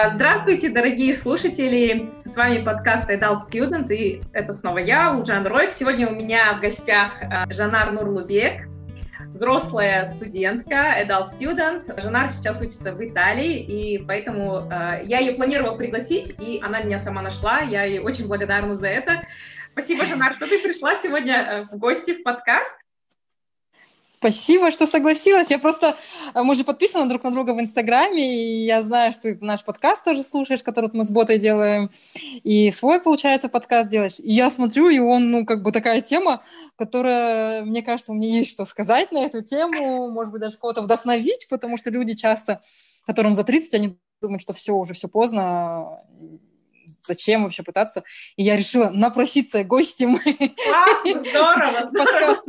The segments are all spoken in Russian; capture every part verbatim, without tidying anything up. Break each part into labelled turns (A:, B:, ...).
A: Здравствуйте, дорогие слушатели! С вами подкаст Adult Students, и это снова я, Улджан Ройк. Сегодня у меня в гостях Жанар Нурлубек, взрослая студентка, Adult Student. Жанар сейчас учится в Италии, и поэтому я ее планировала пригласить, и она меня сама нашла. Я ей очень благодарна за это. Спасибо, Жанар, что ты пришла сегодня в гости в подкаст.
B: Спасибо, что согласилась. Я просто... Мы же подписаны друг на друга в Инстаграме, и я знаю, что ты наш подкаст тоже слушаешь, который мы с Ботой делаем, и свой, получается, подкаст делаешь. И я смотрю, и он, ну, как бы такая тема, которая, мне кажется, у меня есть что сказать на эту тему, может быть, даже кого-то вдохновить, потому что люди часто, которым за тридцать, они думают, что все, уже все поздно, зачем вообще пытаться. И я решила напроситься гостем
A: в подкаст.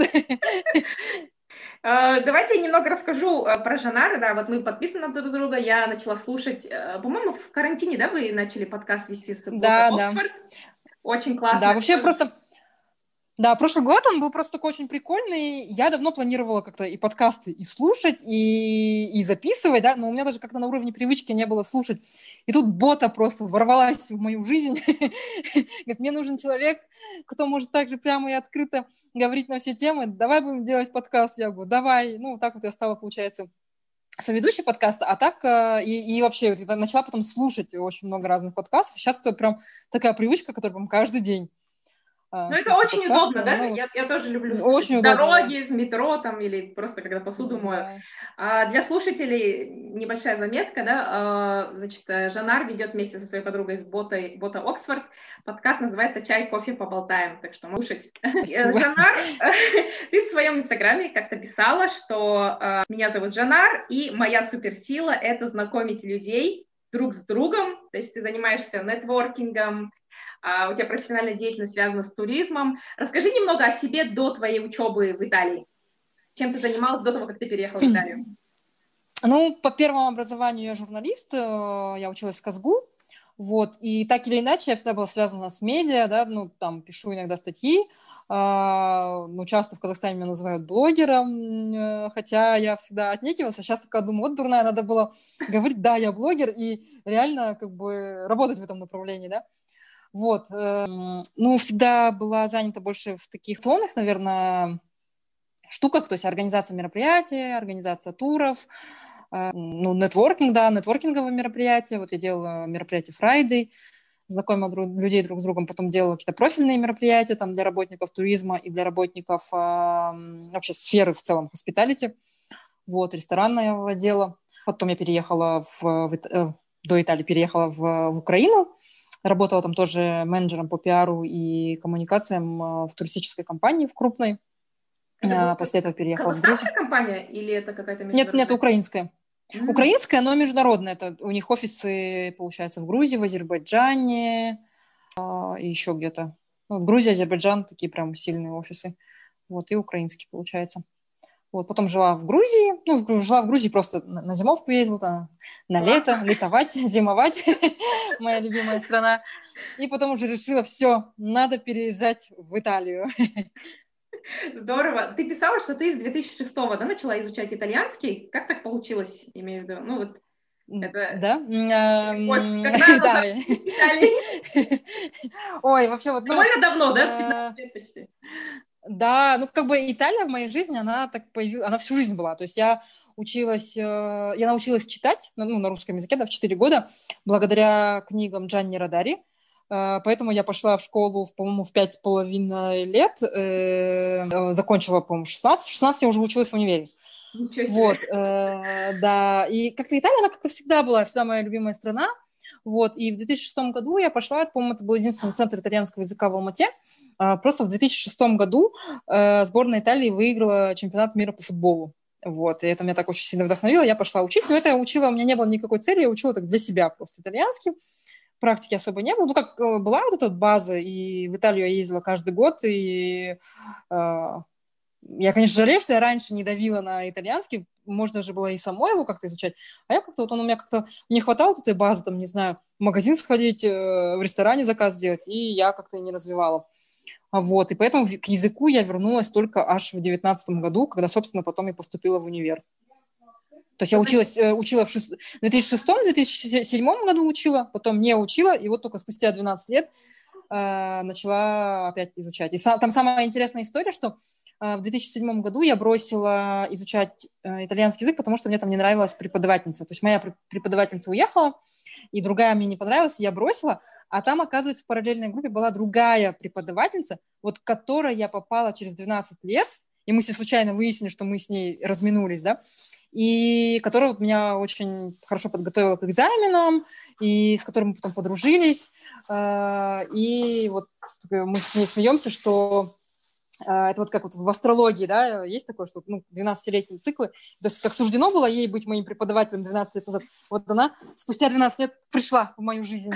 A: Давайте я немного расскажу про Жанар. Да, вот мы подписаны друг на друга. Я начала слушать, по-моему, в карантине, да, вы начали подкаст вести с
B: да,
A: Оксфорд? Да. Очень классно.
B: Да, вообще просто... Да, прошлый год он был просто такой очень прикольный. Я давно планировала как-то и подкасты и слушать, и, и записывать, да, но у меня даже как-то на уровне привычки не было слушать. И тут Бота просто ворвалась в мою жизнь. Говорит, мне нужен человек, кто может так же прямо и открыто говорить на все темы. Давай будем делать подкаст. Я говорю, давай. Ну, так вот я стала, получается, соведущей подкаста, а так и, и вообще вот, начала потом слушать очень много разных подкастов. Сейчас это прям такая привычка, которая прям каждый день.
A: Ну, это очень подкасты, удобно, да? Ну, я, я тоже люблю слушать очень в дороге, удобно, да. В метро там, или просто когда посуду мою. Да. А, для слушателей небольшая заметка, да, а, значит, Жанар ведет вместе со своей подругой с Ботой, Бота Оксфорд. Подкаст называется «Чай, кофе, поболтаем», так что слушать. Жанар, ты в своем инстаграме как-то писала, что меня зовут Жанар, и моя суперсила — это знакомить людей друг с другом, то есть ты занимаешься нетворкингом, Uh, у тебя профессиональная деятельность связана с туризмом. Расскажи немного о себе до твоей учебы в Италии. Чем ты занималась до того, как ты переехала в Италию?
B: Ну, по первому образованию я журналист, я училась в КАЗГУ, вот, и так или иначе я всегда была связана с медиа, да, ну, там, пишу иногда статьи, ну, часто в Казахстане меня называют блогером, хотя я всегда отнекивалась, а сейчас такая думаю, вот дурная, надо было говорить, да, я блогер, и реально, как бы, работать в этом направлении, да. Вот, э, ну, всегда была занята больше в таких акционных, наверное, штуках, то есть организация мероприятий, организация туров, э, ну, нетворкинг, да, нетворкинговые мероприятия. Вот я делала мероприятие Friday, знакомила друг, людей друг с другом, потом делала какие-то профильные мероприятия там для работников туризма и для работников э, вообще сферы в целом, hospitality, вот, ресторанного дела. Потом я переехала в, в, э, до Италии, переехала в, в Украину. Работала там тоже менеджером по пиару и коммуникациям в туристической компании, в крупной. Это После этого переехала в Грузию.
A: Казахстанская компания или это какая-то
B: Нет,
A: международная?
B: нет, украинская. Mm. Украинская, но международная. Это у них офисы, получается, в Грузии, в Азербайджане и еще где-то. Ну, Грузия, Азербайджан, такие прям сильные офисы. Вот, и украинские, получается. Вот, потом жила в Грузии, ну, жила в Грузии просто на, на зимовку ездила, на, на лето, летовать, зимовать, моя любимая страна. И потом уже решила, все, надо переезжать в Италию.
A: Здорово. Ты писала, что ты с две тысячи шестого, да, начала изучать итальянский? Как так получилось, имею в виду? Ну, вот это...
B: Да?
A: Когда
B: Ой, вообще вот...
A: Довольно давно, да? пятнадцать лет почти.
B: Да, ну как бы Италия в моей жизни, она так появилась, она всю жизнь была. То есть я училась, я научилась читать, ну, на русском языке, да, в четыре года, благодаря книгам Джанни Родари. Поэтому я пошла в школу, по-моему, в пять с половиной лет, закончила, по-моему, шестнадцать. В шестнадцать я уже училась в универе.
A: Ничего себе.
B: Вот, да. И как-то Италия, она как-то всегда была, всегда моя любимая страна. Вот, и в две тысячи шестом году я пошла, по-моему, это был единственный центр итальянского языка в Алмате. Просто в две тысячи шестом году э, сборная Италии выиграла чемпионат мира по футболу. Вот, и это меня так очень сильно вдохновило. Я пошла учить, но это я учила, у меня не было никакой цели, я учила так для себя просто итальянский. Практики особо не было. Ну, как была вот эта база, и в Италию я ездила каждый год, и э, я, конечно, жалею, что я раньше не давила на итальянский, можно же было и самой его как-то изучать, а я как-то, вот он у меня как-то не хватало этой базы, там, не знаю, в магазин сходить, э, в ресторане заказ сделать, и я как-то не развивала. Вот, и поэтому к языку я вернулась только аж в девятнадцатом году, когда, собственно, потом я поступила в универ. То есть я училась, учила в две тысячи шестом - две тысячи седьмом году учила, потом не учила, и вот только спустя двенадцать лет э, начала опять изучать. И са- там самая интересная история, что э, в две тысячи седьмом году я бросила изучать э, итальянский язык, потому что мне там не нравилась преподавательница. То есть моя преподавательница уехала, и другая мне не понравилась, и я бросила. А там, оказывается, в параллельной группе была другая преподавательница, вот к которой я попала через двенадцать лет, и мы все случайно выяснили, что мы с ней разминулись, да, и которая вот меня очень хорошо подготовила к экзаменам, и с которой мы потом подружились. И вот мы с ней смеемся, что это вот как вот в астрологии, да, есть такое, что ну, двенадцатилетние циклы, то есть как суждено было ей быть моим преподавателем двенадцать лет назад, вот она спустя двенадцать лет пришла в мою жизнь.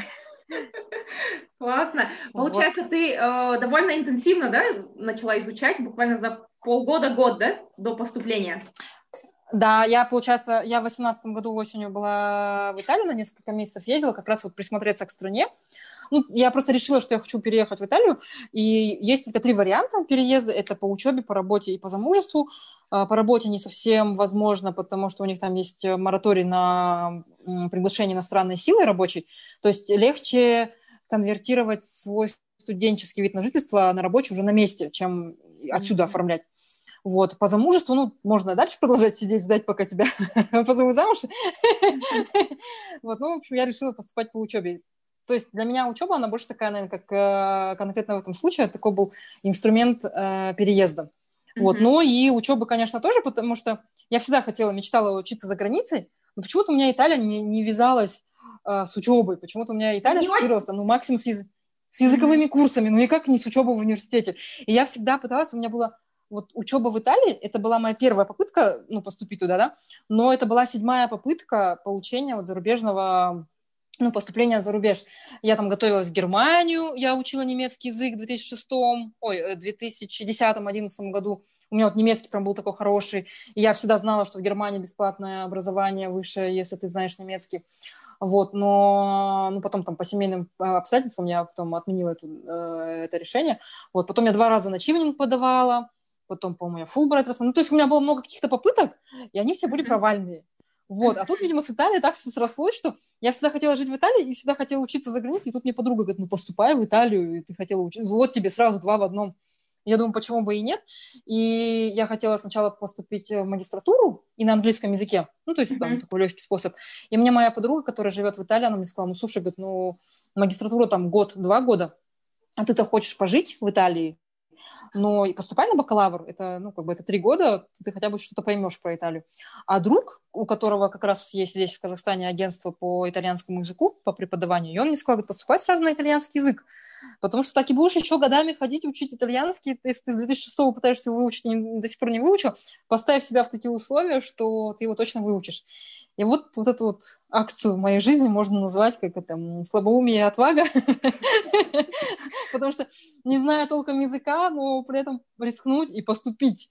A: Классно. Получается, вот. Ты э, довольно интенсивно, да, начала изучать, буквально за полгода-год, да, до поступления?
B: Да, я, получается, я в восемнадцатом году осенью была в Италии, на несколько месяцев ездила, как раз вот присмотреться к стране. Ну, я просто решила, что я хочу переехать в Италию, и есть только три варианта переезда. Это по учебе, по работе и по замужеству. По работе не совсем возможно, потому что у них там есть мораторий на приглашение иностранной силы рабочей. То есть легче конвертировать свой студенческий вид на жительство на рабочий уже на месте, чем отсюда mm-hmm. оформлять. Вот, по замужеству, ну, можно дальше продолжать сидеть, ждать, пока тебя позовут замуж. Вот, ну, в общем, я решила поступать по учебе. То есть для меня учеба, она больше такая, наверное, как э, конкретно в этом случае, такой был инструмент э, переезда. Mm-hmm. Вот, ну и учеба, конечно, тоже, потому что я всегда хотела, мечтала учиться за границей, но почему-то у меня Италия не, не вязалась э, с учебой, почему-то у меня Италия ассоциировалась, ну, максимум с, язы- с языковыми mm-hmm. курсами, ну, никак не с учебой в университете. И я всегда пыталась, у меня было... Вот учеба в Италии, это была моя первая попытка, ну, поступить туда, да, но это была седьмая попытка получения вот зарубежного, ну, поступления за рубеж. Я там готовилась в Германию, я учила немецкий язык в две тысячи шестом, ой, две тысячи десятом - две тысячи одиннадцатом году. У меня вот немецкий прям был такой хороший, и я всегда знала, что в Германии бесплатное образование высшее, если ты знаешь немецкий. Вот, но ну, потом там по семейным обстоятельствам я потом отменила эту, э, это решение. Вот, потом я два раза на чивнинг подавала, потом, по-моему, я фулбрайт рассмотрела. Ну, то есть у меня было много каких-то попыток, и они все были провальные. Вот. А тут, видимо, с Италией так все срослось, что я всегда хотела жить в Италии и всегда хотела учиться за границей. И тут мне подруга говорит, ну, поступай в Италию, и ты хотела учиться. Вот тебе сразу два в одном. Я думаю, почему бы и нет. И я хотела сначала поступить в магистратуру и на английском языке. Ну, то есть mm-hmm. там такой легкий способ. И мне моя подруга, которая живет в Италии, она мне сказала, ну, слушай, говорит, ну, магистратура там год-два года, а ты-то хочешь пожить в Италии? Но и поступай на бакалавр, это, ну, как бы это три года, ты хотя бы что-то поймешь про Италию. А друг, у которого как раз есть здесь в Казахстане агентство по итальянскому языку, по преподаванию, и он мне сказал, поступай сразу на итальянский язык, потому что так и будешь еще годами ходить учить итальянский, если ты с две тысячи шестого пытаешься его выучить и до сих пор не выучил, поставь себя в такие условия, что ты его точно выучишь. И вот, вот эту вот акцию в моей жизни можно назвать как это, слабоумие и отвага, потому что не зная толком языка, но при этом рискнуть и поступить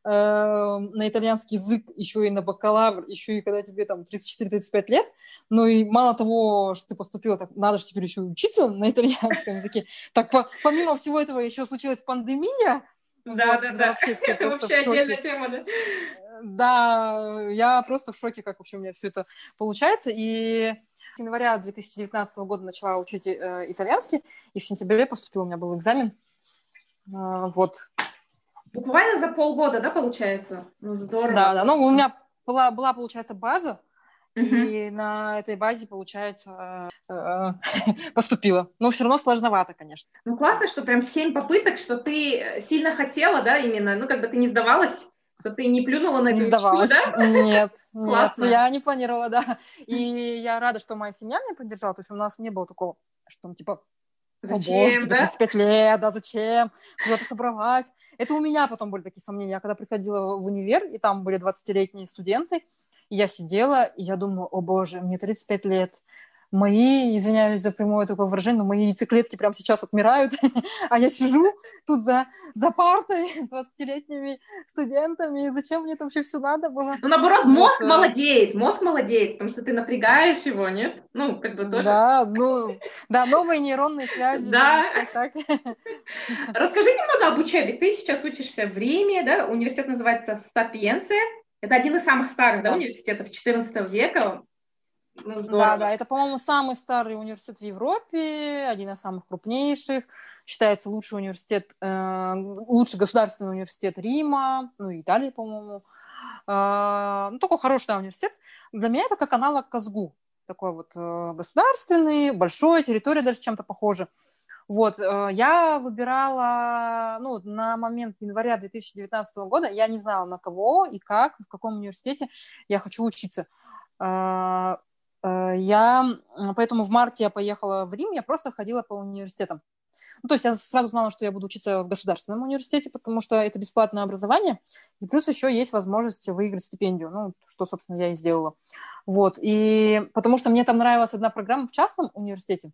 B: на итальянский язык еще и на бакалавр, еще и когда тебе там тридцать четыре - тридцать пять лет, ну и мало того, что ты поступила, так надо же теперь еще учиться на итальянском языке. Так помимо всего этого еще случилась пандемия.
A: Да, вот, да, да. Вообще все это просто вообще в шоке. Отдельная тема, да?
B: Да, я просто в шоке, как вообще у меня все это получается. И с января две тысячи девятнадцатого года начала учить э, итальянский, и в сентябре поступил, у меня был экзамен. Э, вот.
A: Буквально за полгода, да, получается? Ну, здорово.
B: Да, да. Ну, у меня была, была получается, база, uh-huh. и на этой базе, получается, э, э, поступила. Но все равно сложновато, конечно.
A: Ну, классно, что прям семь попыток, что ты сильно хотела, да, именно, ну, как бы ты не сдавалась, что ты не плюнула на эту
B: не сдавалась.
A: мечту, да?
B: Нет, нет, я не планировала, да. И я рада, что моя семья меня поддержала, то есть у нас не было такого, что там, типа,
A: зачем,
B: о, боже, тебе
A: да?
B: тридцать пять лет, да, зачем? Куда ты собралась? Это у меня потом были такие сомнения. Я когда приходила в универ, и там были двадцатилетние студенты, и я сидела, и я думала, о боже, мне тридцать пять лет. Мои, извиняюсь за прямое такое выражение, но мои яйцеклетки прямо сейчас отмирают, а я сижу тут за, за партой с двадцатилетними студентами, и зачем мне это вообще все надо было?
A: Ну, наоборот, мозг вот, молодеет, мозг молодеет, потому что ты напрягаешь его, нет? Ну, как бы тоже...
B: Да, ну, да, новые нейронные связи.
A: Да. Так. Расскажи немного об учебе. Ты сейчас учишься в Риме, да? Университет называется Сапиенция. Это один из самых старых, да, да университетов четырнадцатого века. Ну,
B: да, да, это, по-моему, самый старый университет в Европе, один из самых крупнейших. Считается лучший университет, э, лучший государственный университет Рима, ну, и Италии, по-моему. Э, ну, такой хороший, да, университет. Для меня это как аналог КАЗГУ. Такой вот э, государственный, большой, территория даже чем-то похожа. Вот, э, я выбирала, ну, на момент января две тысячи девятнадцатого года, я не знала, на кого и как, в каком университете я хочу учиться. Э, э, я, поэтому в марте я поехала в Рим, я просто ходила по университетам. Ну, то есть я сразу знала, что я буду учиться в государственном университете, потому что это бесплатное образование, и плюс еще есть возможность выиграть стипендию, ну, что, собственно, я и сделала. Вот, и потому что мне там нравилась одна программа в частном университете,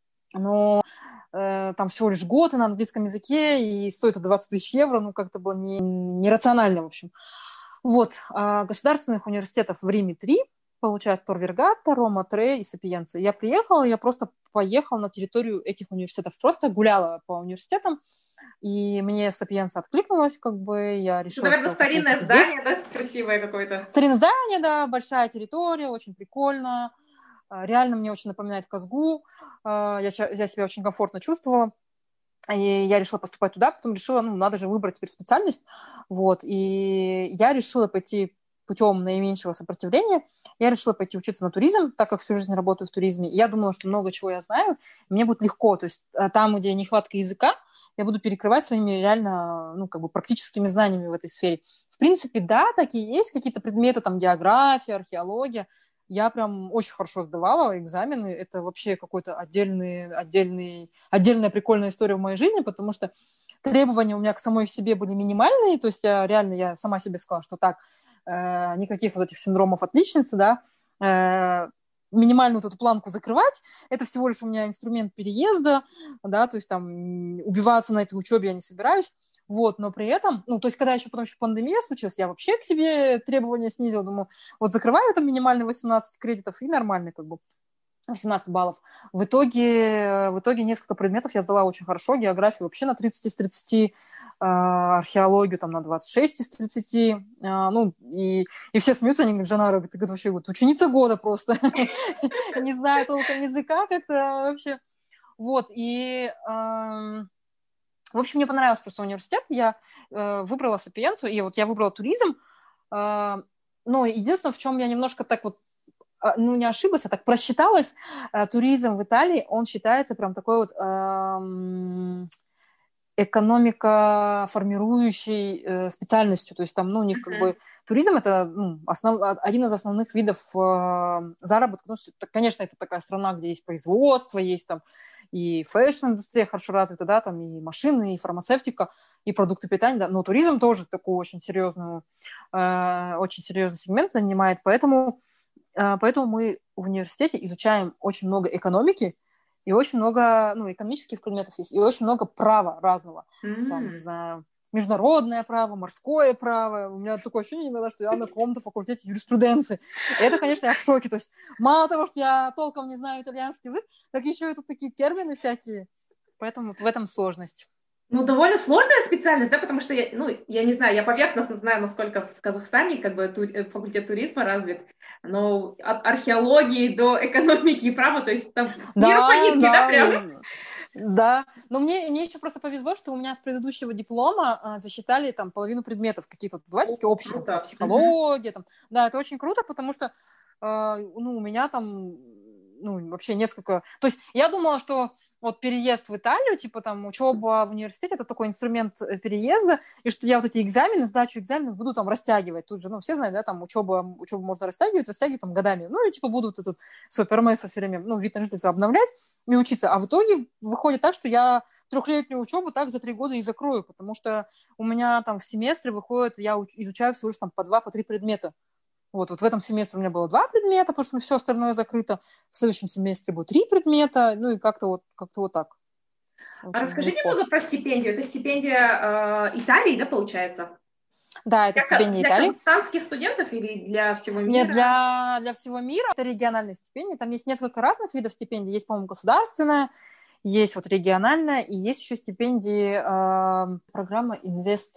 B: но э, там всего лишь год на английском языке, и стоит это двадцать тысяч евро, ну, как-то было не, нерационально, в общем. Вот, а государственных университетов в Риме три, получается, Тор Вергата, Рома Tre и Сапиенца. Я приехала, я просто поехала на территорию этих университетов, просто гуляла по университетам, и мне Сапиенца откликнулась, как бы, я решила,
A: это, наверное,
B: что
A: старинное здание, здесь. Да, красивое какое-то?
B: Старинное здание, да, большая территория, очень прикольно, реально мне очень напоминает КАЗГУ, я, я себя очень комфортно чувствовала. И я решила поступать туда, потом решила, ну, надо же выбрать теперь специальность, вот, и я решила пойти путем наименьшего сопротивления, я решила пойти учиться на туризм, так как всю жизнь работаю в туризме, и я думала, что много чего я знаю, мне будет легко, то есть там, где нехватка языка, я буду перекрывать своими реально, ну, как бы практическими знаниями в этой сфере. В принципе, да, такие есть какие-то предметы, там, география, археология. Я прям очень хорошо сдавала экзамены. Это вообще какой-то отдельный, отдельный, отдельная прикольная история в моей жизни, потому что требования у меня к самой себе были минимальные. То есть я, реально я сама себе сказала, что так, э, никаких вот этих синдромов отличницы, да, э, минимальную вот эту планку закрывать. Это всего лишь у меня инструмент переезда, да, то есть там убиваться на этой учебе я не собираюсь. Вот, но при этом, ну, то есть, когда еще потом еще пандемия случилась, я вообще к себе требования снизила, думаю, вот закрываю там минимальные восемнадцать кредитов и нормально, как бы, восемнадцать баллов. В итоге, в итоге несколько предметов я сдала очень хорошо, географию вообще на тридцать из тридцати, археологию там на двадцать шесть из тридцати, ну, и, и все смеются, они говорят, Жанара, ты говорит, вообще вот, ученица года просто, не знаю толком языка как-то вообще, вот, и... В общем, мне понравился просто университет, я э, выбрала Сапиенцию, и вот я выбрала туризм, э, но единственное, в чем я немножко так вот, э, ну, не ошиблась, а так просчиталась, э, туризм в Италии, он считается прям такой вот э, экономико-формирующей э, специальностью, то есть там, ну, у них как бы туризм это ну, основ, один из основных видов э, заработка, ну, конечно, это такая страна, где есть производство, есть там и фэшн-индустрия хорошо развита, да, там и машины, и фармацевтика, и продукты питания, да, но туризм тоже такой очень серьезную, э, очень серьезный сегмент занимает, поэтому, э, поэтому мы в университете изучаем очень много экономики, и очень много, ну, экономических предметов есть, и очень много права разного, mm-hmm. там, не знаю, международное право, морское право. У меня такое ощущение иногда, что я на каком-то факультете юриспруденции. И это, конечно, я в шоке. То есть мало того, что я толком не знаю итальянский язык, так еще и тут такие термины всякие. Поэтому в этом сложность.
A: Ну, довольно сложная специальность, да, потому что, я, ну, я не знаю, я поверхностно знаю, насколько в Казахстане как бы тур, факультет туризма развит, но от археологии до экономики и права, то есть там
B: да,
A: мир по нитке, да,
B: да,
A: прям?
B: Да, но мне, мне еще просто повезло, что у меня с предыдущего диплома а, засчитали там половину предметов, какие-то бывают такие общие, там, типа, психология, там. Да, это очень круто, потому что, э, ну, у меня там, ну, вообще несколько... То есть я думала, что вот переезд в Италию, типа там учеба в университете, это такой инструмент переезда, и что я вот эти экзамены, сдачу экзаменов буду там растягивать. Тут же, ну, все знают, да, там учеба, учебу можно растягивать, растягивать там годами. Ну, и типа будут этот свой ПРМС все время, ну, вид на жительство обновлять и учиться. А в итоге выходит так, что я трехлетнюю учебу так за три года и закрою, потому что у меня там в семестре выходит, я изучаю всего лишь там по два, по три предмета. Вот, вот в этом семестре у меня было два предмета, потому что все остальное закрыто. В следующем семестре будет три предмета, ну и как-то вот, как-то вот так.
A: Очень а расскажи легко. Немного про стипендию. Это стипендия э, Италии, да, получается?
B: Да, это
A: как,
B: стипендия
A: для
B: Италии.
A: Для казахстанских студентов или для всего мира?
B: Нет, для, для всего мира. Это региональная стипендия. Там есть несколько разных видов стипендий. Есть, по-моему, государственная, есть вот региональная, и есть еще стипендии э, программа Invest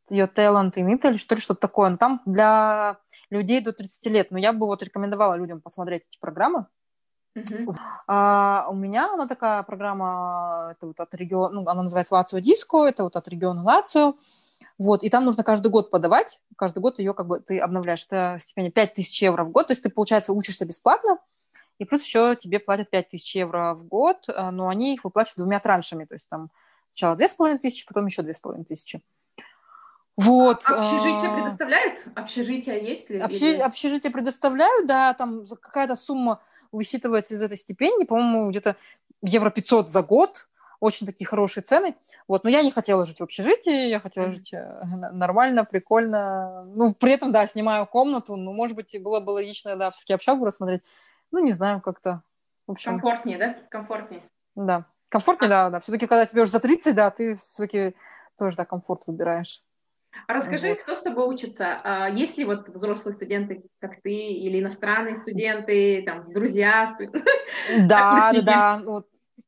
B: ее Talent in Italy, что ли, что-то такое. Но там для людей до тридцати лет. Но я бы вот рекомендовала людям посмотреть эти программы. Uh-huh. А, у меня она такая программа, это вот от региона, ну, она называется Лацио Диско, это вот от региона Лацио. Вот, и там нужно каждый год подавать, каждый год ее как бы ты обновляешь. Это стипендия пять тысяч евро в год, то есть ты, получается, учишься бесплатно, и плюс еще тебе платят пять тысяч евро в год, но они их выплачивают двумя траншами, то есть там сначала две тысячи пятьсот, потом еще две тысячи пятьсот. Вот.
A: А общежитие предоставляют? Общежитие есть ли?
B: Общи... Или... Общежитие предоставляют, да, там какая-то сумма высчитывается из этой стипендии, по-моему, где-то евро пятьсот за год, очень такие хорошие цены. Вот, но я не хотела жить в общежитии, я хотела mm-hmm. жить нормально, прикольно. Ну, при этом, да, снимаю комнату, ну, может быть, было бы логично, да, все-таки общагу рассмотреть. Ну, не знаю, как-то. В общем...
A: Комфортнее, да? Комфортнее.
B: Да, комфортнее, а... да, да. Все-таки, когда тебе уже за тридцать, да, ты все-таки тоже, да, комфорт выбираешь.
A: А расскажи, вот. Кто с тобой учится? А есть ли вот взрослые студенты, как ты, или иностранные студенты, там, друзья? Студ...
B: Да, да, да. Вот.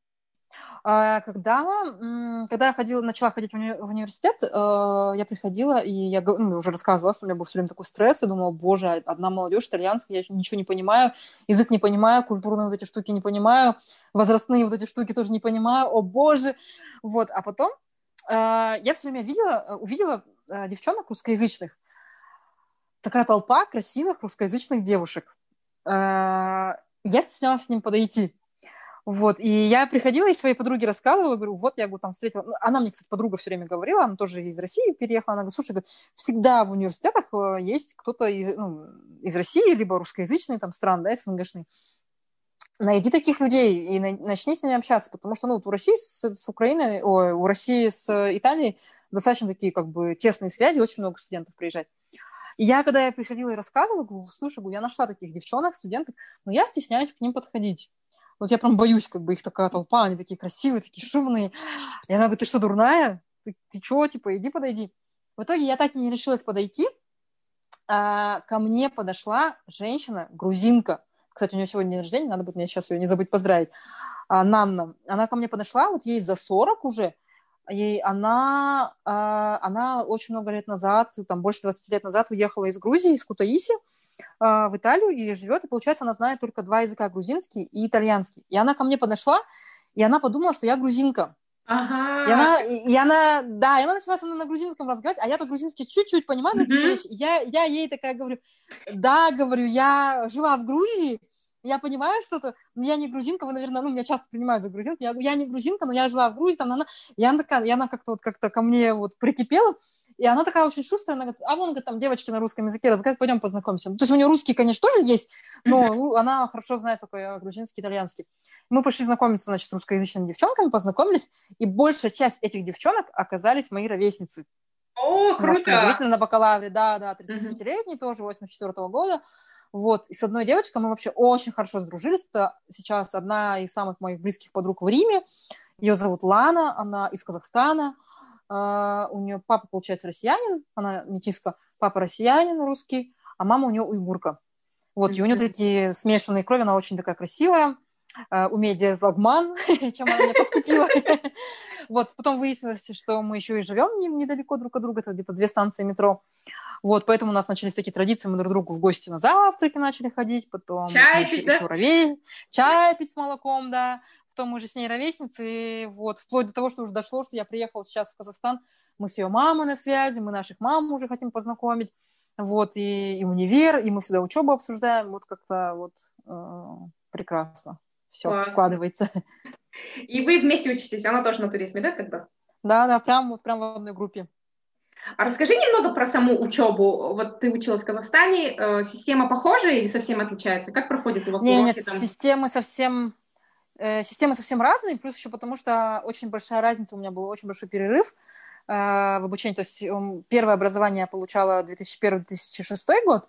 B: Когда, когда я ходила, начала ходить в, уни- в университет, я приходила, и я ну, уже рассказывала, что у меня был все время такой стресс, и думала, боже, одна молодежь итальянская, я ничего не понимаю, язык не понимаю, культурные вот эти штуки не понимаю, возрастные вот эти штуки тоже не понимаю, о боже. Вот, а потом я все время видела, увидела девчонок русскоязычных, такая толпа красивых русскоязычных девушек. Я стеснялась к ним подойти. Вот, и я приходила и своей подруге рассказывала, говорю, вот я там встретила, она мне, кстати, подруга все время говорила, она тоже из России переехала, она говорит, слушай, говорит, всегда в университетах есть кто-то из, ну, из России, либо русскоязычный там стран, да, СНГшный. Найди таких людей и начни с ними общаться, потому что, ну, вот у России с, с Украиной, ой, у России с Италией достаточно такие, как бы, тесные связи, очень много студентов приезжает. И я, когда я приходила и рассказывала, говорю, слушай, говорю, я нашла таких девчонок, студенток, но я стесняюсь к ним подходить. Вот я прям боюсь, как бы их такая толпа, они такие красивые, такие шумные. И она говорит, ты что, дурная? Ты, ты чего, типа, иди подойди. В итоге я так и не решилась подойти. А, ко мне подошла женщина, грузинка. Кстати, у нее сегодня день рождения, надо будет мне сейчас ее не забыть поздравить. А, Нанна. Она ко мне подошла, вот ей за сорок уже. Ей она, а, она очень много лет назад, там больше двадцати лет назад уехала из Грузии, из Кутаиси, в Италию и живет, и, получается, она знает только два языка, грузинский и итальянский. И она ко мне подошла, и она подумала, что я грузинка.
A: Ага.
B: И она, и она, да, и она начала со мной на грузинском разговаривать, а я-то грузинский чуть-чуть понимаю, но какие-то вещи. Я, я ей такая говорю, да, говорю, я жила в Грузии, я понимаю что-то, но я не грузинка, вы, наверное, ну, меня часто принимают за грузинку, я, я не грузинка, но я жила в Грузии, там, она, и она такая, и она как-то вот как-то ко мне вот прикипела. И она такая очень шустрая, она говорит, а вон, говорит, там девочки на русском языке разговаривают, пойдем познакомимся. Ну, то есть у нее русский, конечно, тоже есть, но uh-huh. ну, она хорошо знает только грузинский, итальянский. Мы пошли знакомиться, значит, с русскоязычными девчонками, познакомились, и большая часть этих девчонок оказались мои ровесницы.
A: О, круто!
B: Что удивительно, на бакалавре, да, да, тридцатипятилетний uh-huh. тоже, восемьдесят четвёртого года. Вот, и с одной девочкой мы вообще очень хорошо сдружились. Это сейчас одна из самых моих близких подруг в Риме. Ее зовут Лана, она из Казахстана. Uh, у нее папа, получается, россиянин, она метиска, папа россиянин русский, а мама у нее уйгурка. Вот, mm-hmm. и у нее такие смешанные крови, она очень такая красивая, uh, умеет делать обман, чем она меня подкупила. Вот, потом выяснилось, что мы еще и живем недалеко друг от друга, это где-то две станции метро. Вот, поэтому у нас начались такие традиции, мы друг к другу в гости на завтраки начали ходить, потом
A: чай пить, да?
B: еще ровей, чай пить с молоком, да. Потом мы же с ней ровесницы, и вот, вплоть до того, что уже дошло, что я приехала сейчас в Казахстан, мы с ее мамой на связи, мы наших мам уже хотим познакомить, вот, и, и универ, и мы всегда учебу обсуждаем, вот как-то вот э, прекрасно все Класс. Складывается.
A: И вы вместе учитесь, она тоже на туризме, да, тогда?
B: Да, да, прям вот прям в одной группе.
A: А расскажи немного про саму учебу. Вот ты училась в Казахстане, э, система похожая или совсем отличается? Как проходит у вас
B: не,
A: уроки?
B: Нет,
A: там?
B: системы совсем... Системы совсем разные, плюс еще потому, что очень большая разница, у меня был очень большой перерыв э, в обучении. То есть um, первое образование я получала две тысячи первый - две тысячи шестой год,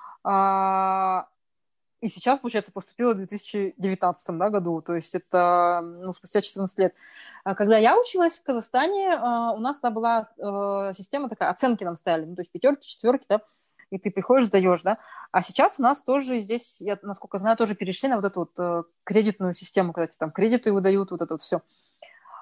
B: э, и сейчас, получается, поступила в две тысячи девятнадцатом да, году, то есть это ну, спустя четырнадцать лет. Когда я училась в Казахстане, э, у нас тогда была э, система такая, оценки нам ставили, ну, то есть пятерки, четверки, да, и ты приходишь, сдаешь, да. А сейчас у нас тоже здесь, я, насколько знаю, тоже перешли на вот эту вот э, кредитную систему, когда тебе там кредиты выдают, вот это вот все.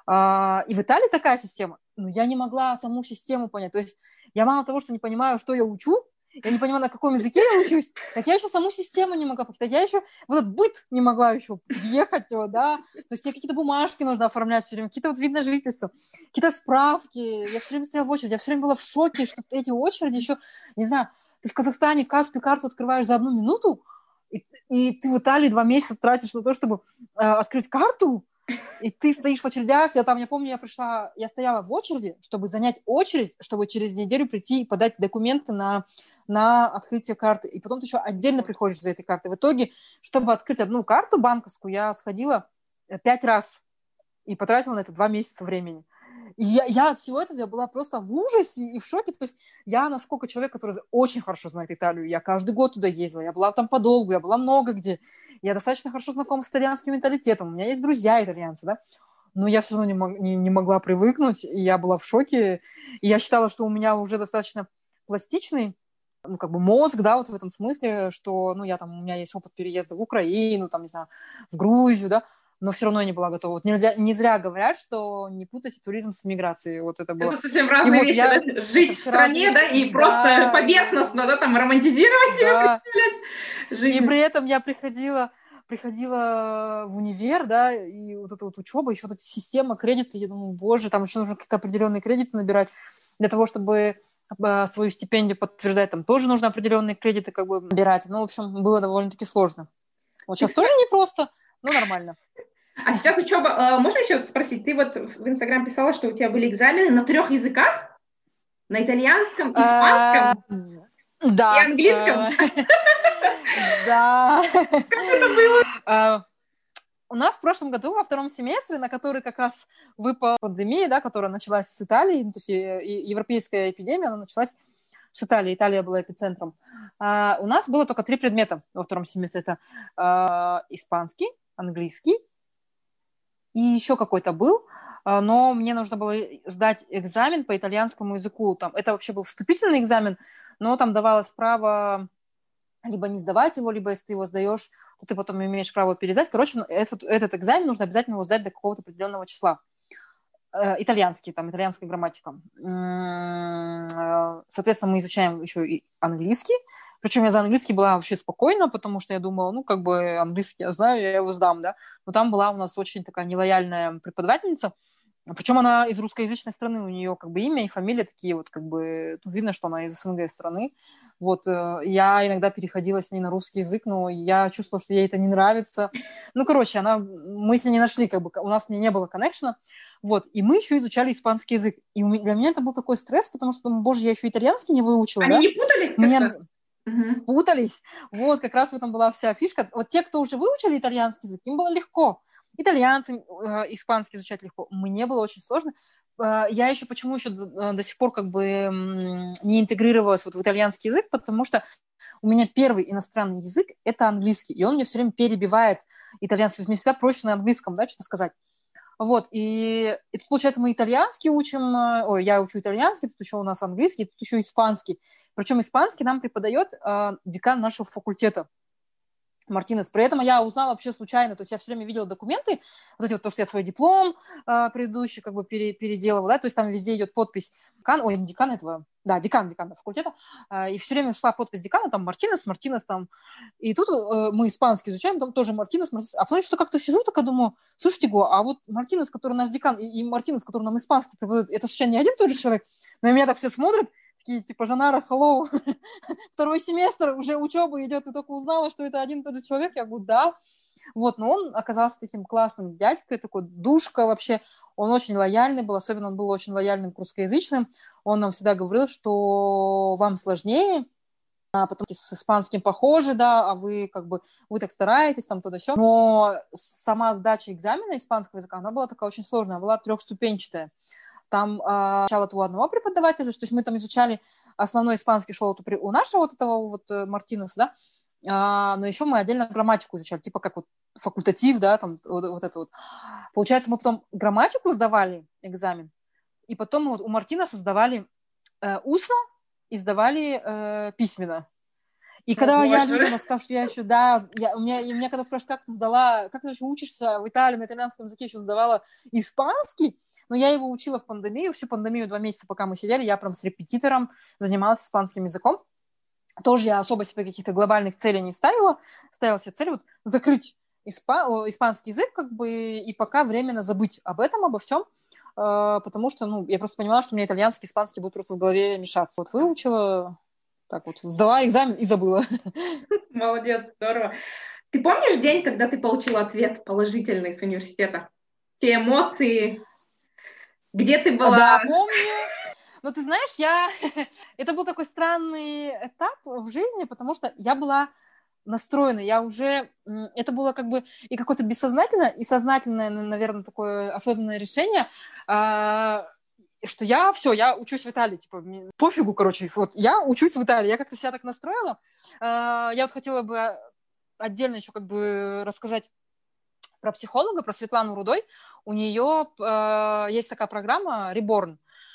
B: А, и в Италии такая система. Но я не могла саму систему понять. То есть я мало того, что не понимаю, что я учу, я не понимаю, на каком языке я учусь, так я еще саму систему не могла понять. Я еще вот этот быт не могла еще въехать, да. То есть мне какие-то бумажки нужно оформлять все время, какие-то вот вид на жительство, какие-то справки. Я все время стояла в очереди, я все время была в шоке, что эти очереди еще, не знаю, ты в Казахстане Каспи карту открываешь за одну минуту, и, и ты в Италии два месяца тратишь на то, чтобы э, открыть карту, и ты стоишь в очередях. Я там, я помню, я пришла, я стояла в очереди, чтобы занять очередь, чтобы через неделю прийти и подать документы на, на открытие карты. И потом ты еще отдельно приходишь за этой картой. В итоге, чтобы открыть одну карту банковскую, я сходила пять раз и потратила на это два месяца времени. И я, я от всего этого я была просто в ужасе и в шоке. То есть я, насколько человек, который очень хорошо знает Италию, я каждый год туда ездила, я была там подолгу, я была много где, я достаточно хорошо знакома с итальянским менталитетом, у меня есть друзья итальянцы, да, но я все равно не, мог, не, не могла привыкнуть, и я была в шоке, и я считала, что у меня уже достаточно пластичный, ну, как бы мозг, да, вот в этом смысле, что, ну, я там, у меня есть опыт переезда в Украину, там, не знаю, в Грузию, да, но все равно я не была готова. Вот нельзя, не зря говорят, что не путайте туризм с миграцией. Вот это было.
A: Это совсем разные вот вещи, я... да? Жить в стране, да, и да, просто поверхностно, да, там романтизировать
B: да.
A: себе, представлять жизнь.
B: И при этом я приходила, приходила в универ, да, и вот эта вот учеба, еще вот эта система кредита, я думаю, боже, там еще нужно какие-то определенные кредиты набирать для того, чтобы свою стипендию подтверждать, там тоже нужно определенные кредиты как бы набирать. Ну, в общем, было довольно-таки сложно. Вот сейчас тоже непросто, но нормально.
A: А сейчас учеба, можно еще спросить, ты вот в Инстаграм писала, что у тебя были экзамены на трех языках? На итальянском, испанском
B: да,
A: и английском?
B: Да.
A: Как это было?
B: У нас в прошлом году, во втором семестре, на который как раз выпала пандемия, да, которая началась с Италии, то есть европейская эпидемия, она началась с Италии, Италия была эпицентром. У нас было только три предмета во втором семестре. Это испанский, английский, и еще какой-то был, но мне нужно было сдать экзамен по итальянскому языку. Там, это вообще был вступительный экзамен, но там давалось право либо не сдавать его, либо если ты его сдаешь, то ты потом имеешь право пересдать. Короче, этот, этот экзамен нужно обязательно его сдать до какого-то определенного числа. Э, итальянский, там, итальянская грамматика. Соответственно, мы изучаем еще и английский. Причем я за английский была вообще спокойна, потому что я думала, ну, как бы английский я знаю, я его сдам, да. Но там была у нас очень такая нелояльная преподавательница, причем она из русскоязычной страны, у нее как бы имя и фамилия такие вот, как бы, ну, видно, что она из СНГ страны. Вот, я иногда переходила с ней на русский язык, но я чувствовала, что ей это не нравится. Ну, короче, она, мы с ней не нашли, как бы, у нас с ней не было коннекшена. Вот, и мы еще изучали испанский язык. И для меня это был такой стресс, потому что, боже, я еще итальянский не выучила,
A: Они
B: да?
A: не путались
B: Мне...
A: как-то?
B: Угу. Путались. Вот, как раз в этом была вся фишка. Вот те, кто уже выучили итальянский язык, им было легко. Итальянцам э, испанский изучать легко. Мне было очень сложно. Э, я еще почему еще до, до сих пор как бы э, не интегрировалась вот в итальянский язык, потому что у меня первый иностранный язык – это английский, и он мне все время перебивает итальянский. Мне всегда проще на английском, да, что-то сказать. Вот, и, и тут, получается, мы итальянский учим, ой, я учу итальянский, тут еще у нас английский, тут еще испанский. Причем испанский нам преподает э, декан нашего факультета Мартинес. При этом я узнала вообще случайно, то есть я все время видела документы, вот эти вот, то, что я свой диплом э, предыдущий как бы пере, переделывала, да, то есть там везде идет подпись декан, ой, не декан этого, да, декан, декан факультета, э, и все время шла подпись декана, там Мартинес, Мартинес там, и тут э, мы испанский изучаем, там тоже Мартинес, Мартинес, а потом что как-то сижу, такая думаю, слушайте, Го, а вот Мартинес, который наш декан, и, и Мартинес, который нам испанский преподает, это случайно не один и тот же человек? На меня так все смотрят, такие, типа, Жанара, hello, второй семестр, уже учеба идет, ты только узнала, что это один и тот же человек? Я говорю, да. Вот, но он оказался таким классным дядькой, такой душка вообще, он очень лояльный был, особенно он был очень лояльным к русскоязычным, он нам всегда говорил, что вам сложнее, а потом с испанским похоже, да, а вы как бы, вы так стараетесь, там то да сё. Но сама сдача экзамена испанского языка, она была такая очень сложная, она была трехступенчатая. Там а, сначала у одного преподавателя, то есть мы там изучали основной испанский шел у нашего вот этого вот Мартинеса, да, а, но еще мы отдельно грамматику изучали, типа как вот факультатив, да, там вот, вот это вот. Получается, мы потом грамматику сдавали, экзамен, и потом мы вот у Мартинеса сдавали э, устно и сдавали э, письменно. И когда я людям рассказала, что я еще, да, я, у, меня, и меня когда спрашивают, как ты сдала, как ты еще учишься в Италии на итальянском языке, еще сдавала испанский, но я его учила в пандемию, всю пандемию, два месяца, пока мы сидели, я прям с репетитором занималась испанским языком. Тоже я особо себе каких-то глобальных целей не ставила, ставила себе цель вот закрыть испа- испанский язык, как бы, и пока временно забыть об этом, обо всем, потому что, ну, я просто понимала, что у меня итальянский, испанский будет просто в голове мешаться. Вот выучила... Так вот, сдала экзамен и забыла.
A: Молодец, здорово. Ты помнишь день, когда ты получила ответ положительный с университета? Те эмоции, где ты была?
B: Да, помню. Но ты знаешь, я... это был такой странный этап в жизни, потому что я была настроена, я уже... Это было как бы и какое-то бессознательное, и сознательное, наверное, такое осознанное решение, что я, все, я учусь в Италии, типа, пофигу, короче, вот, я учусь в Италии, я как-то себя так настроила. Я вот хотела бы отдельно еще как бы рассказать про психолога, про Светлану Рудой. У нее есть такая программа Reborn.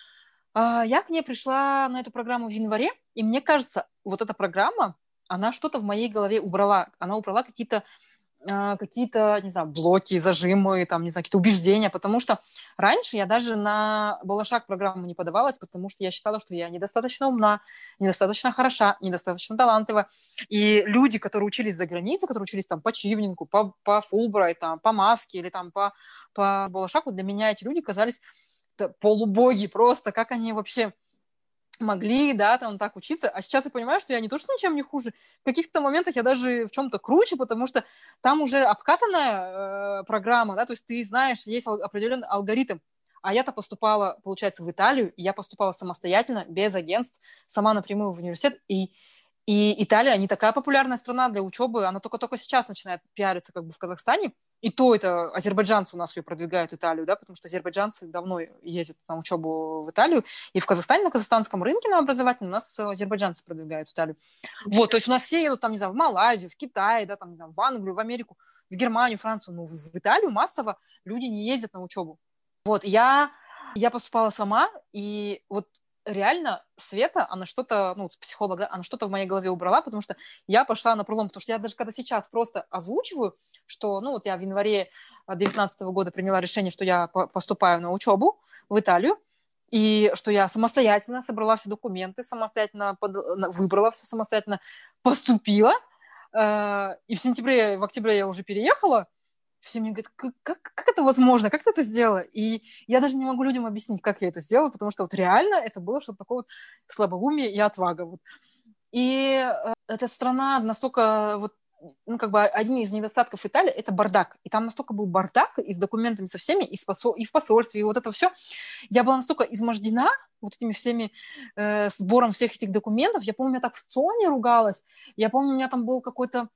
B: Я к ней пришла на эту программу в январе, и мне кажется, вот эта программа, она что-то в моей голове убрала, она убрала какие-то какие-то, не знаю, блоки, зажимы, там, не знаю, какие-то убеждения, потому что раньше я даже на Балашак программу не подавалась, потому что я считала, что я недостаточно умна, недостаточно хороша, недостаточно талантлива. И люди, которые учились за границей, которые учились там по Чивнинку, по, по Фулбрайт, там, по Маске или там по, по Балашаку, для меня эти люди казались полубоги просто, как они вообще... могли, да, там так учиться, а сейчас я понимаю, что я не то, что ничем не хуже, в каких-то моментах я даже в чем-то круче, потому что там уже обкатанная э, программа, да, то есть ты знаешь, есть определенный алгоритм, а я-то поступала, получается, в Италию, и я поступала самостоятельно, без агентств, сама напрямую в университет, и И Италия не такая популярная страна для учебы, она только-только сейчас начинает пиариться как бы в Казахстане. И то это азербайджанцы у нас ее продвигают, Италию, да, потому что азербайджанцы давно ездят на учебу в Италию. И в Казахстане, на казахстанском рынке на образовательном у нас азербайджанцы продвигают Италию. Вот, то есть у нас все едут там, не знаю, в Малайзию, в Китай, да, там, не знаю, в Англию, в Америку, в Германию, Францию. Но в Италию массово люди не ездят на учебу. Вот, я, я поступала сама, и вот реально Света, она что-то, ну, психолог, да, она что-то в моей голове убрала, потому что я пошла на пролом, потому что я даже когда сейчас просто озвучиваю, что, ну, вот я в январе две тысячи девятнадцатого года приняла решение, что я поступаю на учебу в Италию, и что я самостоятельно собрала все документы, самостоятельно под... выбрала все, самостоятельно поступила, и в сентябре, в октябре я уже переехала. Все мне говорят, как, как, как это возможно, как ты это сделала? И я даже не могу людям объяснить, как я это сделала, потому что вот реально это было что-то такое вот слабоумие и отвага. Вот. И э, эта страна настолько, вот, ну, как бы один из недостатков Италии – это бардак. И там настолько был бардак и с документами со всеми, и, с посол, и в посольстве, и вот это все. Я была настолько измождена вот этими всеми э, сбором всех этих документов. Я помню, я так в ЦОНе ругалась. Я помню, у меня там был какой-то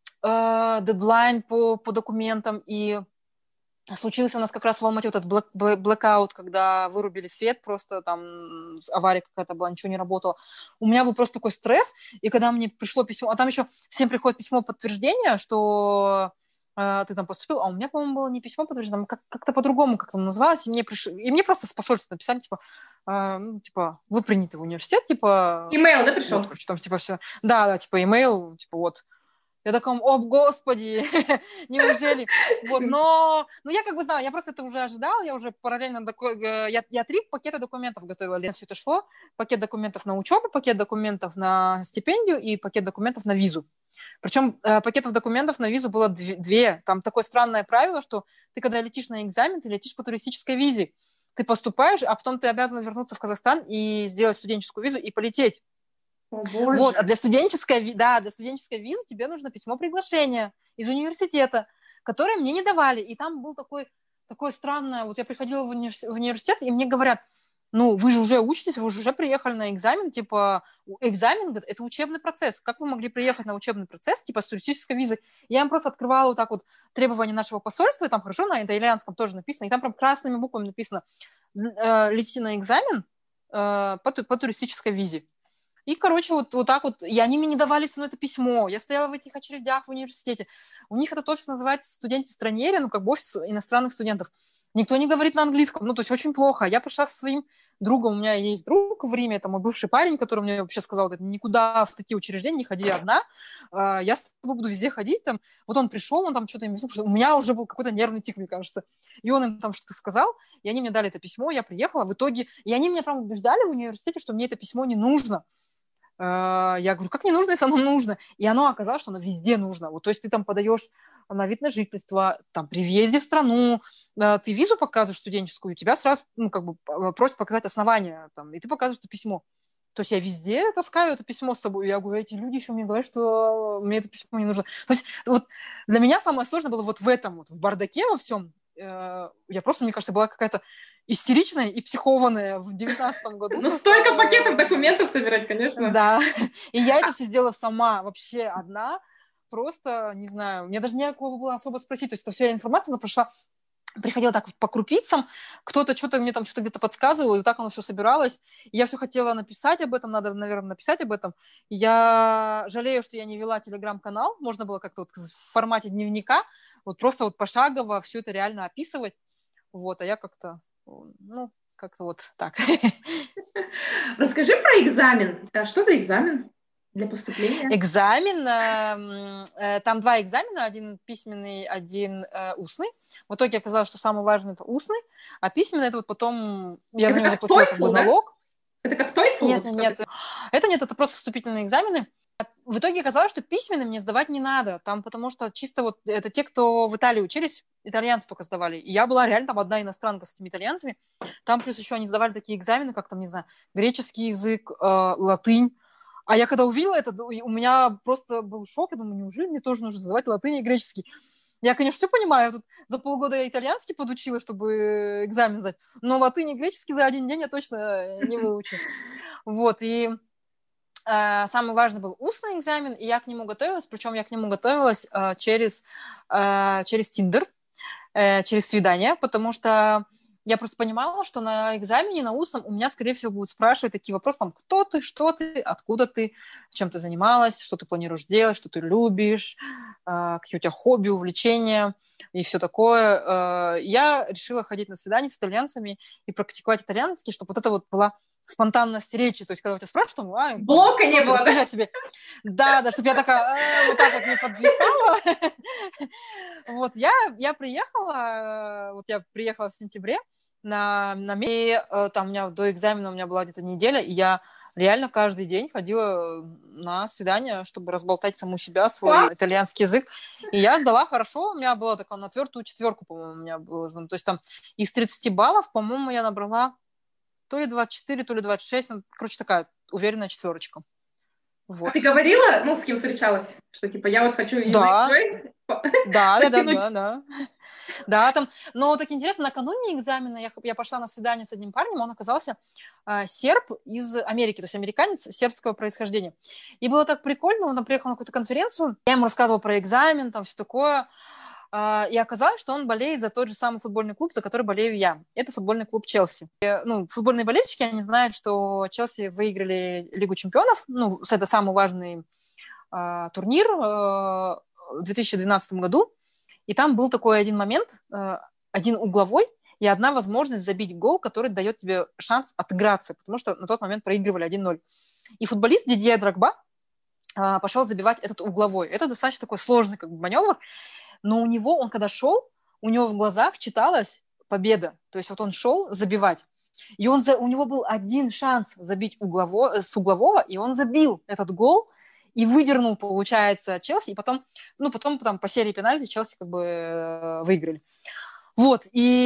B: дедлайн по, по документам, и случился у нас как раз в Алмате вот этот блэк, блэкаут, когда вырубили свет, просто там авария какая-то была, ничего не работало. У меня был просто такой стресс, и когда мне пришло письмо, а там еще всем приходит письмо подтверждения, что э, ты там поступил, а у меня, по-моему, было не письмо подтверждение, там как- как-то по-другому как-то называлось, и мне, приш... и мне просто с посольства написали, типа, э, ну, типа, вы приняты в университет, типа...
A: Имейл, да, пришел?
B: Вот, короче, там, типа, все... Да, да, типа, имейл, типа, вот... Я таком, о, господи, неужели? Вот, но, но я как бы знала, я просто это уже ожидала, я уже параллельно, доку... я, я три пакета документов готовила, все это шло, пакет документов на учебу, пакет документов на стипендию и пакет документов на визу. Причем пакетов документов на визу было две, там такое странное правило, что ты когда летишь на экзамен, ты летишь по туристической визе, ты поступаешь, а потом ты обязан вернуться в Казахстан и сделать студенческую визу и полететь.
A: О, Боже.
B: Вот, а для студенческой, да, для студенческой визы тебе нужно письмо приглашения из университета, которое мне не давали. И там был такой, такое странное, вот я приходила в, универс... в университет, и мне говорят, ну, вы же уже учитесь, вы же уже приехали на экзамен, типа, экзамен, это учебный процесс. Как вы могли приехать на учебный процесс, типа, с туристической визой? Я им просто открывала вот так вот требования нашего посольства, и там хорошо на итальянском тоже написано, и там прям красными буквами написано, летите на экзамен по, по туристической визе. И, короче, вот, вот так вот, и они мне не давали все равно это письмо. Я стояла в этих очередях в университете. У них этот офис называется «Студенти-странери», ну, как бы офис иностранных студентов. Никто не говорит на английском, ну, то есть очень плохо. Я пришла со своим другом, у меня есть друг в Риме, это мой бывший парень, который мне вообще сказал, никуда в такие учреждения не ходи одна, я с тобой буду везде ходить, там. Вот он пришел, он там что-то им объяснил, потому что у меня уже был какой-то нервный тик, мне кажется. И он им там что-то сказал, и они мне дали это письмо, я приехала, в итоге, и они меня прям убеждали в университете, что мне это письмо не нужно. Я говорю, как не нужно, если оно нужно? И оно оказалось, что оно везде нужно. Вот, то есть ты там подаешь на вид на жительство, там, при въезде в страну, ты визу показываешь студенческую, тебя сразу, ну, как бы просят показать основания, там, и ты показываешь это письмо. То есть я везде таскаю это письмо с собой. Я говорю, эти люди еще мне говорят, что мне это письмо не нужно. То есть вот для меня самое сложное было вот в этом, вот в бардаке во всем. Я просто, мне кажется, была какая-то истеричная и психованная в девятнадцатом году.
A: Ну, столько пакетов документов собирать, конечно.
B: Да, и я это все сделала сама, вообще одна. Просто, не знаю, мне даже некого было особо спросить. То есть это вся информация, она прошла, приходила так по крупицам, кто-то что-то мне там что-то где-то подсказывал, и так оно все собиралось. И я все хотела написать об этом, надо, наверное, написать об этом. Я жалею, что я не вела телеграм-канал, можно было как-то вот в формате дневника, вот просто вот пошагово все это реально описывать. Вот, а я как-то, ну, как-то вот так.
A: Расскажи про экзамен. Что за экзамен для поступления?
B: Экзамен, э, там два экзамена, один письменный, один э, устный. В итоге оказалось, что самый важный это устный, а письменный это вот потом я
A: это
B: за него заплатила
A: TOEFL,
B: как бы
A: да?
B: налог.
A: Это как TOEFL?
B: Нет,
A: вот
B: нет, это нет, это просто вступительные экзамены. В итоге оказалось, что письменный мне сдавать не надо, там, потому что чисто вот это те, кто в Италии учились, итальянцы только сдавали. И я была реально там одна иностранка с этими итальянцами. Там плюс еще они сдавали такие экзамены, как там, не знаю, греческий язык, э, латынь. А я когда увидела это, у меня просто был шок. Я думаю, неужели мне тоже нужно сдавать латынь и греческий? Я, конечно, все понимаю. Тут за полгода я итальянский подучила, чтобы экзамен сдать. Но латынь и греческий за один день я точно не выучу. Вот, и... Самый важный был устный экзамен, и я к нему готовилась, причем я к нему готовилась э, через, э, через Tinder, э, через свидание, потому что я просто понимала, что на экзамене, на устном у меня, скорее всего, будут спрашивать такие вопросы, там, кто ты, что ты, откуда ты, чем ты занималась, что ты планируешь делать, что ты любишь, э, какие у тебя хобби, увлечения и все такое. Э, я решила ходить на свидания с итальянцами и практиковать итальянский, чтобы вот это вот была спонтанность речи, то есть когда у тебя спрашивают, там, а,
A: блока не было,
B: расскажи о себе. Да, да, чтобы я такая, э, вот так вот не подвисала. Вот, я, я приехала, вот я приехала в сентябре на, на и там у меня до экзамена у меня была где-то неделя, и я реально каждый день ходила на свидание, чтобы разболтать саму себя, свой итальянский язык. И я сдала хорошо, у меня была такая на твердую четверку, по-моему, у меня было. То есть там из тридцати баллов, по-моему, я набрала то ли двадцать четыре, то ли двадцать шесть, ну, короче, такая уверенная четверочка. Вот.
A: А ты говорила, ну, с кем встречалась, что, типа, я вот хочу язык
B: да.
A: свой
B: да, да, да, да, да. Да, там, но так интересно, накануне экзамена я, я пошла на свидание с одним парнем, он оказался э, серб из Америки, то есть американец сербского происхождения. И было так прикольно, он там приехал на какую-то конференцию, я ему рассказывала про экзамен, там все такое, э, и оказалось, что он болеет за тот же самый футбольный клуб, за который болею я. Это футбольный клуб Челси. И, ну, футбольные болельщики, они знают, что Челси выиграли Лигу чемпионов, ну, это самый важный э, турнир э, в две тысячи двенадцатом году. И там был такой один момент, один угловой, и одна возможность забить гол, который дает тебе шанс отыграться, потому что на тот момент проигрывали один ноль. И футболист Дидье Дрогба пошел забивать этот угловой. Это достаточно такой сложный как бы маневр, но у него, он когда шел, у него в глазах читалась победа. То есть вот он шел забивать. И он за, у него был один шанс забить углово, с углового, и он забил этот гол, и выдернул, получается, Челси, и потом, ну, потом там, по серии пенальти Челси как бы э, выиграли. Вот,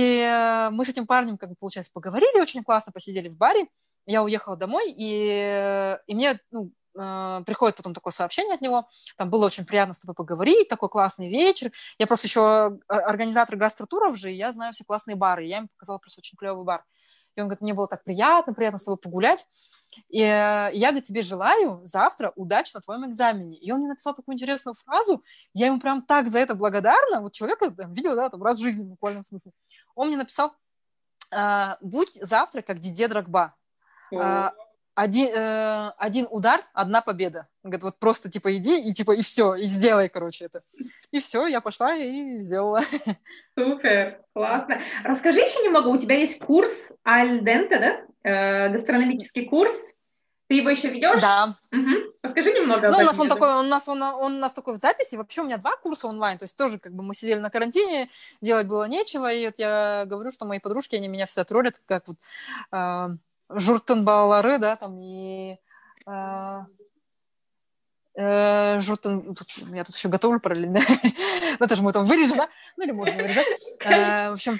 B: и мы с этим парнем, как бы, получается, поговорили очень классно, посидели в баре, я уехала домой, и, и мне, ну, э, приходит потом такое сообщение от него, там было очень приятно с тобой поговорить, такой классный вечер, я просто еще организатор гастротуров же, и я знаю все классные бары, и я ему показала просто очень клевый бар. И он говорит, мне было так приятно, приятно с тобой погулять. И я, говорит, тебе желаю завтра удачи на твоем экзамене. И он мне написал такую интересную фразу. Я ему прям так за это благодарна. Вот человека там, видела, да, там раз в жизни в буквальном смысле. Он мне написал, будь завтра как Дидье Дрогба. А, один, э, один удар, одна победа. Говорит, вот просто, типа, иди, и, типа, и все, и сделай, короче, это. И все, я пошла и сделала.
A: Супер, классно. Расскажи еще немного, у тебя есть курс Аль Денте, да? Э, гастрономический курс. Ты его еще ведешь?
B: Да.
A: Угу. Расскажи немного об
B: ну,
A: этом.
B: У нас он такой, у нас, он, он у нас такой в записи. Вообще у меня два курса онлайн. То есть тоже как бы мы сидели на карантине, делать было нечего. И вот я говорю, что мои подружки, они меня всегда троллят, как вот э, Журтын балалары, да, там, и... Э, э, Журтын... Тут, я тут еще готовлю параллельно. Ну, это же мы там вырежем, да? Ну, или можно вырезать. В общем...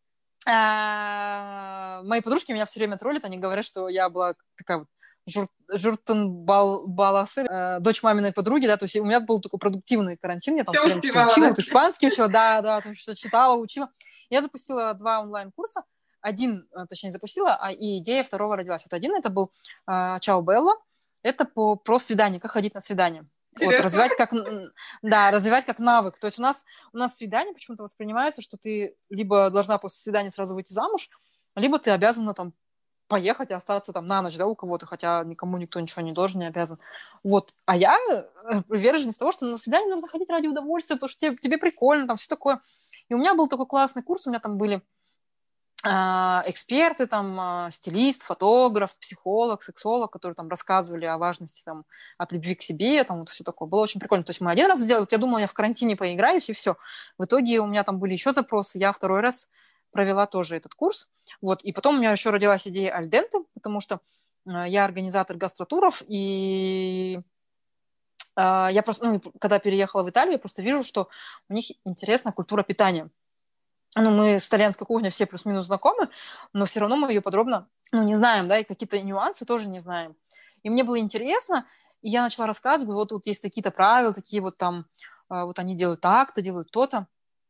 B: Мои подружки меня все время троллят. Они говорят, что я была такая вот Жур, Журтын бал, баласы, э, дочь маминой подруги, да, то есть у меня был такой продуктивный карантин, я там все, все время что-то учила, да? Вот испанский учила, да, да, там что-то читала, учила. Я запустила два онлайн-курса, один, точнее, запустила, а и идея второго родилась. Вот один это был э, Чао Белла, это по, про свидание, как ходить на свидание. Вот, развивать как, да, развивать как навык. То есть у нас, у нас свидание почему-то воспринимается, что ты либо должна после свидания сразу выйти замуж, либо ты обязана там поехать и остаться там на ночь, да, у кого-то, хотя никому никто ничего не должен, не обязан. Вот. А я приверженец того, что на свидание нужно ходить ради удовольствия, потому что тебе, тебе прикольно, там все такое. И у меня был такой классный курс, у меня там были э, эксперты, там, э, стилист, фотограф, психолог, сексолог, которые там рассказывали о важности там от любви к себе, там вот все такое. Было очень прикольно. То есть мы один раз сделали, вот я думала, я в карантине поиграюсь, и все. В итоге у меня там были еще запросы, я второй раз провела тоже этот курс. Вот. И потом у меня еще родилась идея Аль Денте, потому что э, я организатор гастротуров, и э, я просто, ну, когда переехала в Италию, я просто вижу, что у них интересна культура питания. Ну, мы с итальянской кухней все плюс-минус знакомы, но все равно мы ее подробно, ну, не знаем, да, и какие-то нюансы тоже не знаем. И мне было интересно, и я начала рассказывать, вот тут есть такие-то правила, такие вот там, э, вот они делают так-то, делают то-то.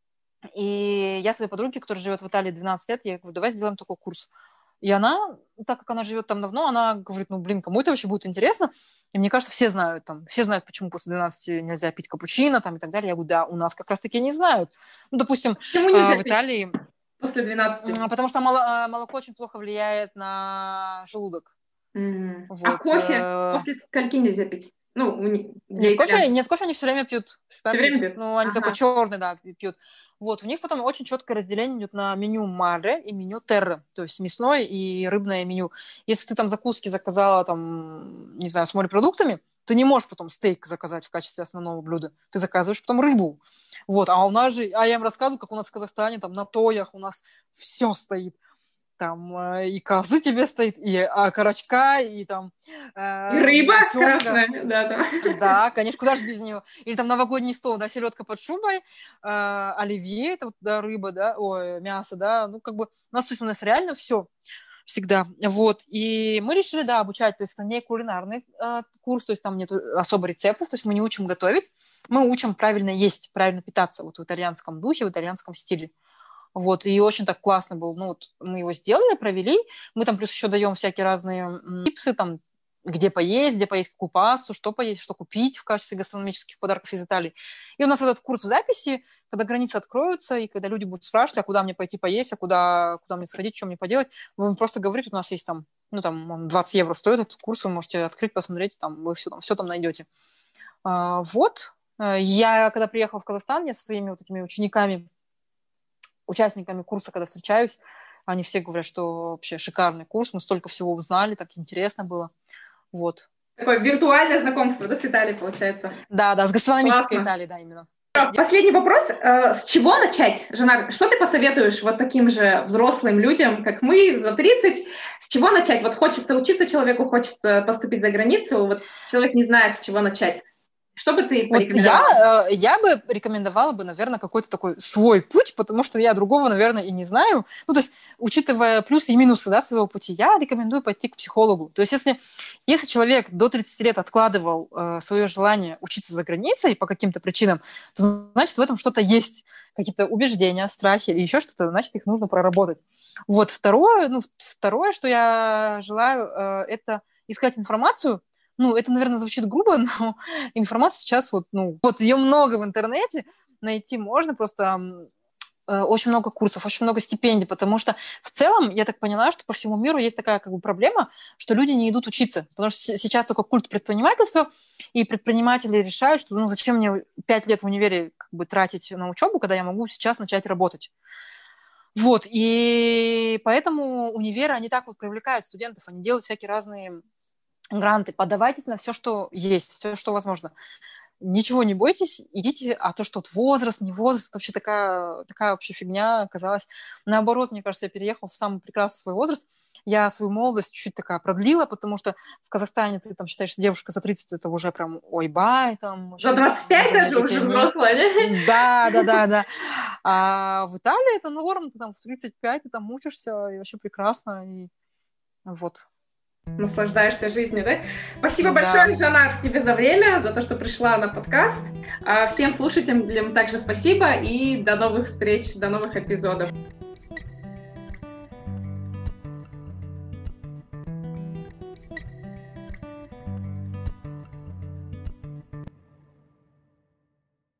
B: И я своей подруге, которая живет в Италии двенадцать лет, я говорю, давай сделаем такой курс. И она, так как она живет там давно, она говорит, ну, блин, кому это вообще будет интересно? И мне кажется, все знают там, все знают, почему после двенадцати нельзя пить капучино там и так далее. Я говорю, да, у нас как раз-таки не знают. Ну, допустим, в Италии...
A: После двенадцати?
B: Потому что молоко очень плохо влияет на желудок.
A: Mm. Вот. А кофе после скольки нельзя пить? Ну,
B: нет, кофе, нет, кофе они все время пьют.
A: Все время пьют?
B: Ну, они ага. такой черный, да, пьют. Вот, у них потом очень четкое разделение идет на меню Маре и меню Терре, то есть мясное и рыбное меню. Если ты там закуски заказала, там, не знаю, с морепродуктами, ты не можешь потом стейк заказать в качестве основного блюда. Ты заказываешь потом рыбу. Вот, а у нас же, а я им рассказываю, как у нас в Казахстане, там, на тоях у нас все стоит. Там э, и козы тебе стоит, и а, карачка, и там...
A: Э, и рыба красная, да, там.
B: Да, конечно, куда же без нее. Или там новогодний стол, да, селедка под шубой, э, оливье, это вот, да, рыба, да, ой, мясо, да, ну, как бы, у нас, то есть, у нас реально все всегда, вот, и мы решили, да, обучать, то есть, это не кулинарный э, курс, то есть, там нет особо рецептов, то есть, мы не учим готовить, мы учим правильно есть, правильно питаться, вот, в итальянском духе, в итальянском стиле. Вот, и очень так классно был, ну, вот мы его сделали, провели, мы там плюс еще даем всякие разные типсы, там, где поесть, где поесть какую пасту, что поесть, что купить в качестве гастрономических подарков из Италии. И у нас этот курс в записи, когда границы откроются, и когда люди будут спрашивать, а куда мне пойти поесть, а куда, куда мне сходить, что мне поделать, вы им просто говорите, у нас есть там, ну, там, двадцать евро стоит этот курс, вы можете открыть, посмотреть, там, вы все там, все там найдете. А, вот, я, когда приехала в Казахстан, я со своими вот этими учениками, участниками курса, когда встречаюсь, они все говорят, что вообще шикарный курс, мы столько всего узнали, так интересно было. Вот.
A: Такое виртуальное знакомство, да, с Италией, получается?
B: Да, да, с гастрономической Классно. Италией, да, именно.
A: Последний вопрос. С чего начать, Жанар? Что ты посоветуешь вот таким же взрослым людям, как мы, за тридцать? С чего начать? Вот хочется учиться человеку, хочется поступить за границу, вот человек не знает, с чего начать. Что бы ты порекомендовала?
B: Вот я, я бы рекомендовала бы, наверное, какой-то такой свой путь, потому что я другого, наверное, и не знаю. Ну, то есть, учитывая плюсы и минусы, да, своего пути, я рекомендую пойти к психологу. То есть, если, если человек до тридцати лет откладывал э, свое желание учиться за границей по каким-то причинам, то, значит, в этом что-то есть. Какие-то убеждения, страхи или еще что-то, значит, их нужно проработать. Вот второе, ну, второе, что я желаю, э, это искать информацию. Ну, это, наверное, звучит грубо, но информация сейчас вот, ну, вот ее много в интернете, найти можно, просто очень много курсов, очень много стипендий, потому что в целом, я так поняла, что по всему миру есть такая как бы проблема, что люди не идут учиться, потому что сейчас такой культ предпринимательства, и предприниматели решают, что ну зачем мне пять лет в универе как бы тратить на учебу, когда я могу сейчас начать работать. Вот, и поэтому универы, они так вот привлекают студентов, они делают всякие разные гранты, подавайтесь на все, что есть, все, что возможно. Ничего не бойтесь, идите, а то, что вот возраст, не возраст, это вообще такая, такая вообще фигня оказалась. Наоборот, мне кажется, я переехала в самый прекрасный свой возраст. Я свою молодость чуть-чуть такая продлила, потому что в Казахстане ты там считаешь, девушка за тридцать, это уже прям ой-бай. Там,
A: за двадцать пять даже уже взрослая, да?
B: Да, да, да, да. А в Италии это норм, ты там в тридцать пять, ты там учишься, и вообще прекрасно, и вот.
A: Наслаждаешься жизнью, да? Спасибо да. большое, Жанар, тебе за время, за то, что пришла на подкаст. Всем слушателям также спасибо и до новых встреч, до новых эпизодов.